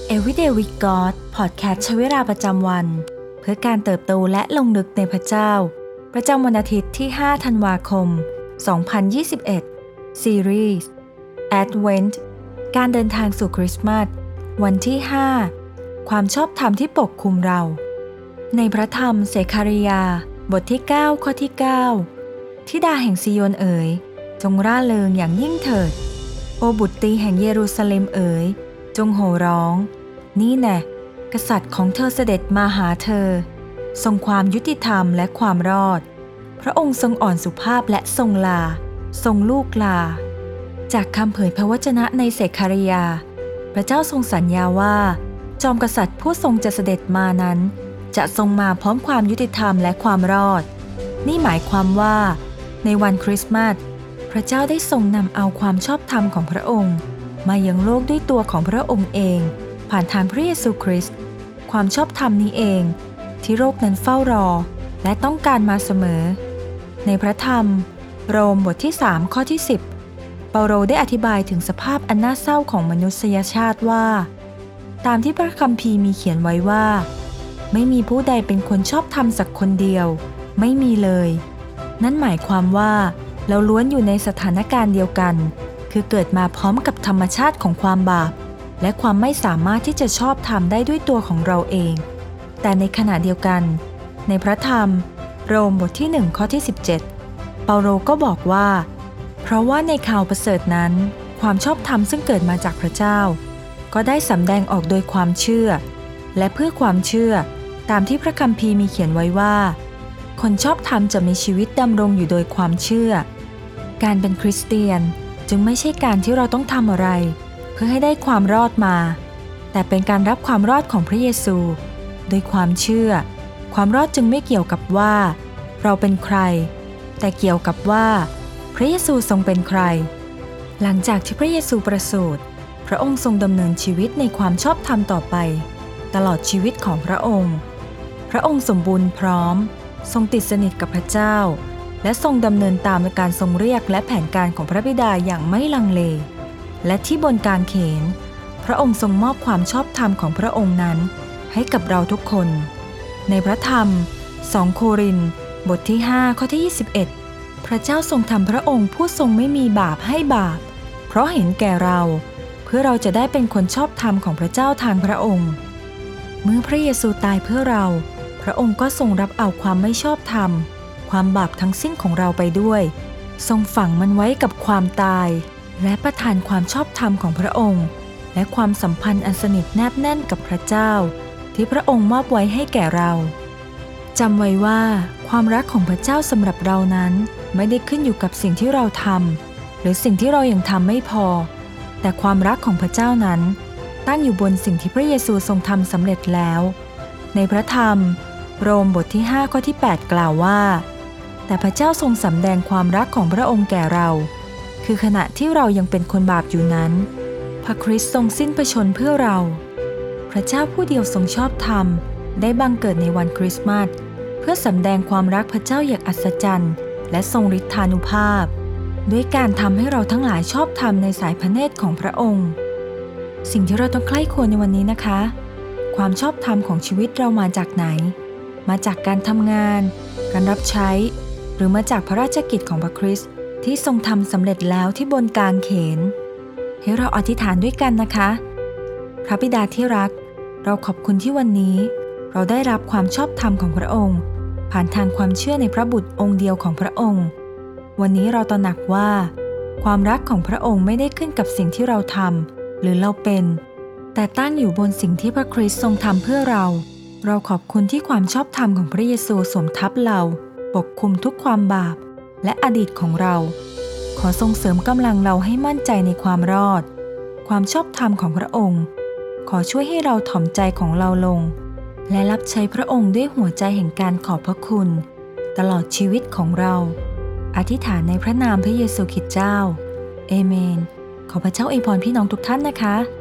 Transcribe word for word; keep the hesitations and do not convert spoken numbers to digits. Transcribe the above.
Everyday with God พอดแคสต์ใช้เวลาประจำวันเพื่อการเติบโตและลงลึกในพระเจ้าประจำวันอาทิตย์ที่ห้าธันวาคมสองพันยี่สิบเอ็ดซีรีส์ Advent การเดินทางสู่คริสต์มาสวันที่ห้าความชอบธรรมที่ปกคลุมเราในพระธรรมเสคาริยาบทที่เก้าข้อที่เก้าธิดาแห่งซิโยนเอ๋ยจงร่าเริงอย่างยิ่งเถิดโอบุตรีแห่งเยรูซาเล็มเอ๋ยจงโห่ร้องนี่แน่กษัตริย์ของเธอเสด็จมาหาเธอทรงความยุติธรรมและความรอดพระองค์ทรงอ่อนสุภาพและทรงลาทรงลูกลาจากคำเผยพระวจนะในเสคาริยาพระเจ้าทรงสัญญาว่าจอมกษัตริย์ผู้ทรงจะเสด็จมานั้นจะทรงมาพร้อมความยุติธรรมและความรอดนี่หมายความว่าในวันคริสต์มาสพระเจ้าได้ทรงนำเอาความชอบธรรมของพระองค์มายังโลกด้วยตัวของพระองค์เองผ่านทางพระเยซูคริสต์ความชอบธรรมนี้เองที่โลกนั้นเฝ้ารอและต้องการมาเสมอในพระธรรมโรมบทที่สามข้อที่สิบเปาโลได้อธิบายถึงสภาพอันน่าเศร้าของมนุษยชาติว่าตามที่พระคัมภีร์มีเขียนไว้ว่าไม่มีผู้ใดเป็นคนชอบธรรมสักคนเดียวไม่มีเลยนั่นหมายความว่าเราล้วนอยู่ในสถานการณ์เดียวกันคือเกิดมาพร้อมกับธรรมชาติของความบาปและความไม่สามารถที่จะชอบธรรมได้ด้วยตัวของเราเองแต่ในขณะเดียวกันในพระธรรมโรมบทที่หนึ่งข้อที่สิบเจ็ดเปาโลก็บอกว่าเพราะว่าในข่าวประเสริฐนั้นความชอบธรรมซึ่งเกิดมาจากพระเจ้าก็ได้สำแดงออกโดยความเชื่อและเพื่อความเชื่อตามที่พระคัมภีร์มีเขียนไว้ว่าคนชอบธรรมจะมีชีวิตดำรงอยู่โดยความเชื่อการเป็นคริสเตียนจึงไม่ใช่การที่เราต้องทำอะไรเพื่อให้ได้ความรอดมาแต่เป็นการรับความรอดของพระเยซูโดยความเชื่อความรอดจึงไม่เกี่ยวกับว่าเราเป็นใครแต่เกี่ยวกับว่าพระเยซูทรงเป็นใครหลังจากที่พระเยซูประสูติพระองค์ทรงดำเนินชีวิตในความชอบธรรมต่อไปตลอดชีวิตของพระองค์พระองค์สมบูรณ์พร้อมทรงติดสนิทกับพระเจ้าและทรงดำเนินตามการทรงเรียกและแผนการของพระบิดาอย่างไม่ลังเลและที่บนกางเขนพระองค์ทรงมอบความชอบธรรมของพระองค์นั้นให้กับเราทุกคนในพระธรรมสองโครินธ์บทที่ห้าข้อที่ยี่สิบเอ็ดพระเจ้าทรงทำพระองค์ผู้ทรงไม่มีบาปให้บาปเพราะเห็นแก่เราเพื่อเราจะได้เป็นคนชอบธรรมของพระเจ้าทางพระองค์เมื่อพระเยซูตายเพื่อเราพระองค์ก็ทรงรับเอาความไม่ชอบธรรมความบาปทั้งสิ้นของเราไปด้วยทรงฝังมันไว้กับความตายและประทานความชอบธรรมของพระองค์และความสัมพันธ์อันสนิทแนบแน่นกับพระเจ้าที่พระองค์มอบไว้ให้แก่เราจำไว้ว่าความรักของพระเจ้าสำหรับเรานั้นไม่ได้ขึ้นอยู่กับสิ่งที่เราทำหรือสิ่งที่เรายังทำไม่พอแต่ความรักของพระเจ้านั้นตั้งอยู่บนสิ่งที่พระเยซูทรงทำสำเร็จแล้วในพระธรรมโรมบทที่ห้าข้อที่แปดกล่าวว่าแต่พระเจ้าทรงสำแดงความรักของพระองค์แก่เราคือขณะที่เรายังเป็นคนบาปอยู่นั้นพระคริสต์ทรงสิ้นพระชนม์เพื่อเราพระเจ้าผู้เดียวทรงชอบธรรมได้บังเกิดในวันคริสต์มาสเพื่อสำแดงความรักพระเจ้าอย่างอัศจรรย์และทรงฤทธานุภาพด้วยการทำให้เราทั้งหลายชอบธรรมในสายพระเนตรของพระองค์สิ่งที่เราต้องใคร่ครวญในวันนี้นะคะความชอบธรรมของชีวิตเรามาจากไหนมาจากการทำงานการรับใช้หรือมาจากพระราชกิจของพระคริสต์ที่ทรงทำสำเร็จแล้วที่บนกางเขนให้เราอธิษฐานด้วยกันนะคะพระบิดาที่รักเราขอบคุณที่วันนี้เราได้รับความชอบธรรมของพระองค์ผ่านทางความเชื่อในพระบุตรองค์เดียวของพระองค์วันนี้เราตระหนักว่าความรักของพระองค์ไม่ได้ขึ้นกับสิ่งที่เราทำหรือเราเป็นแต่ตั้งอยู่บนสิ่งที่พระคริสต์ทรงทำเพื่อเราเราขอบคุณที่ความชอบธรรมของพระเยซูสวมทับเราปกคลุมทุกความบาปและอดีตของเราขอทรงเสริมกำลังเราให้มั่นใจในความรอดความชอบธรรมของพระองค์ขอช่วยให้เราถ่อมใจของเราลงและรับใช้พระองค์ด้วยหัวใจแห่งการขอบพระคุณตลอดชีวิตของเราอธิษฐานในพระนามพระเยซูคริสต์เจ้าเอเมนขอพระเจ้าอวยพรพี่น้องทุกท่านนะคะ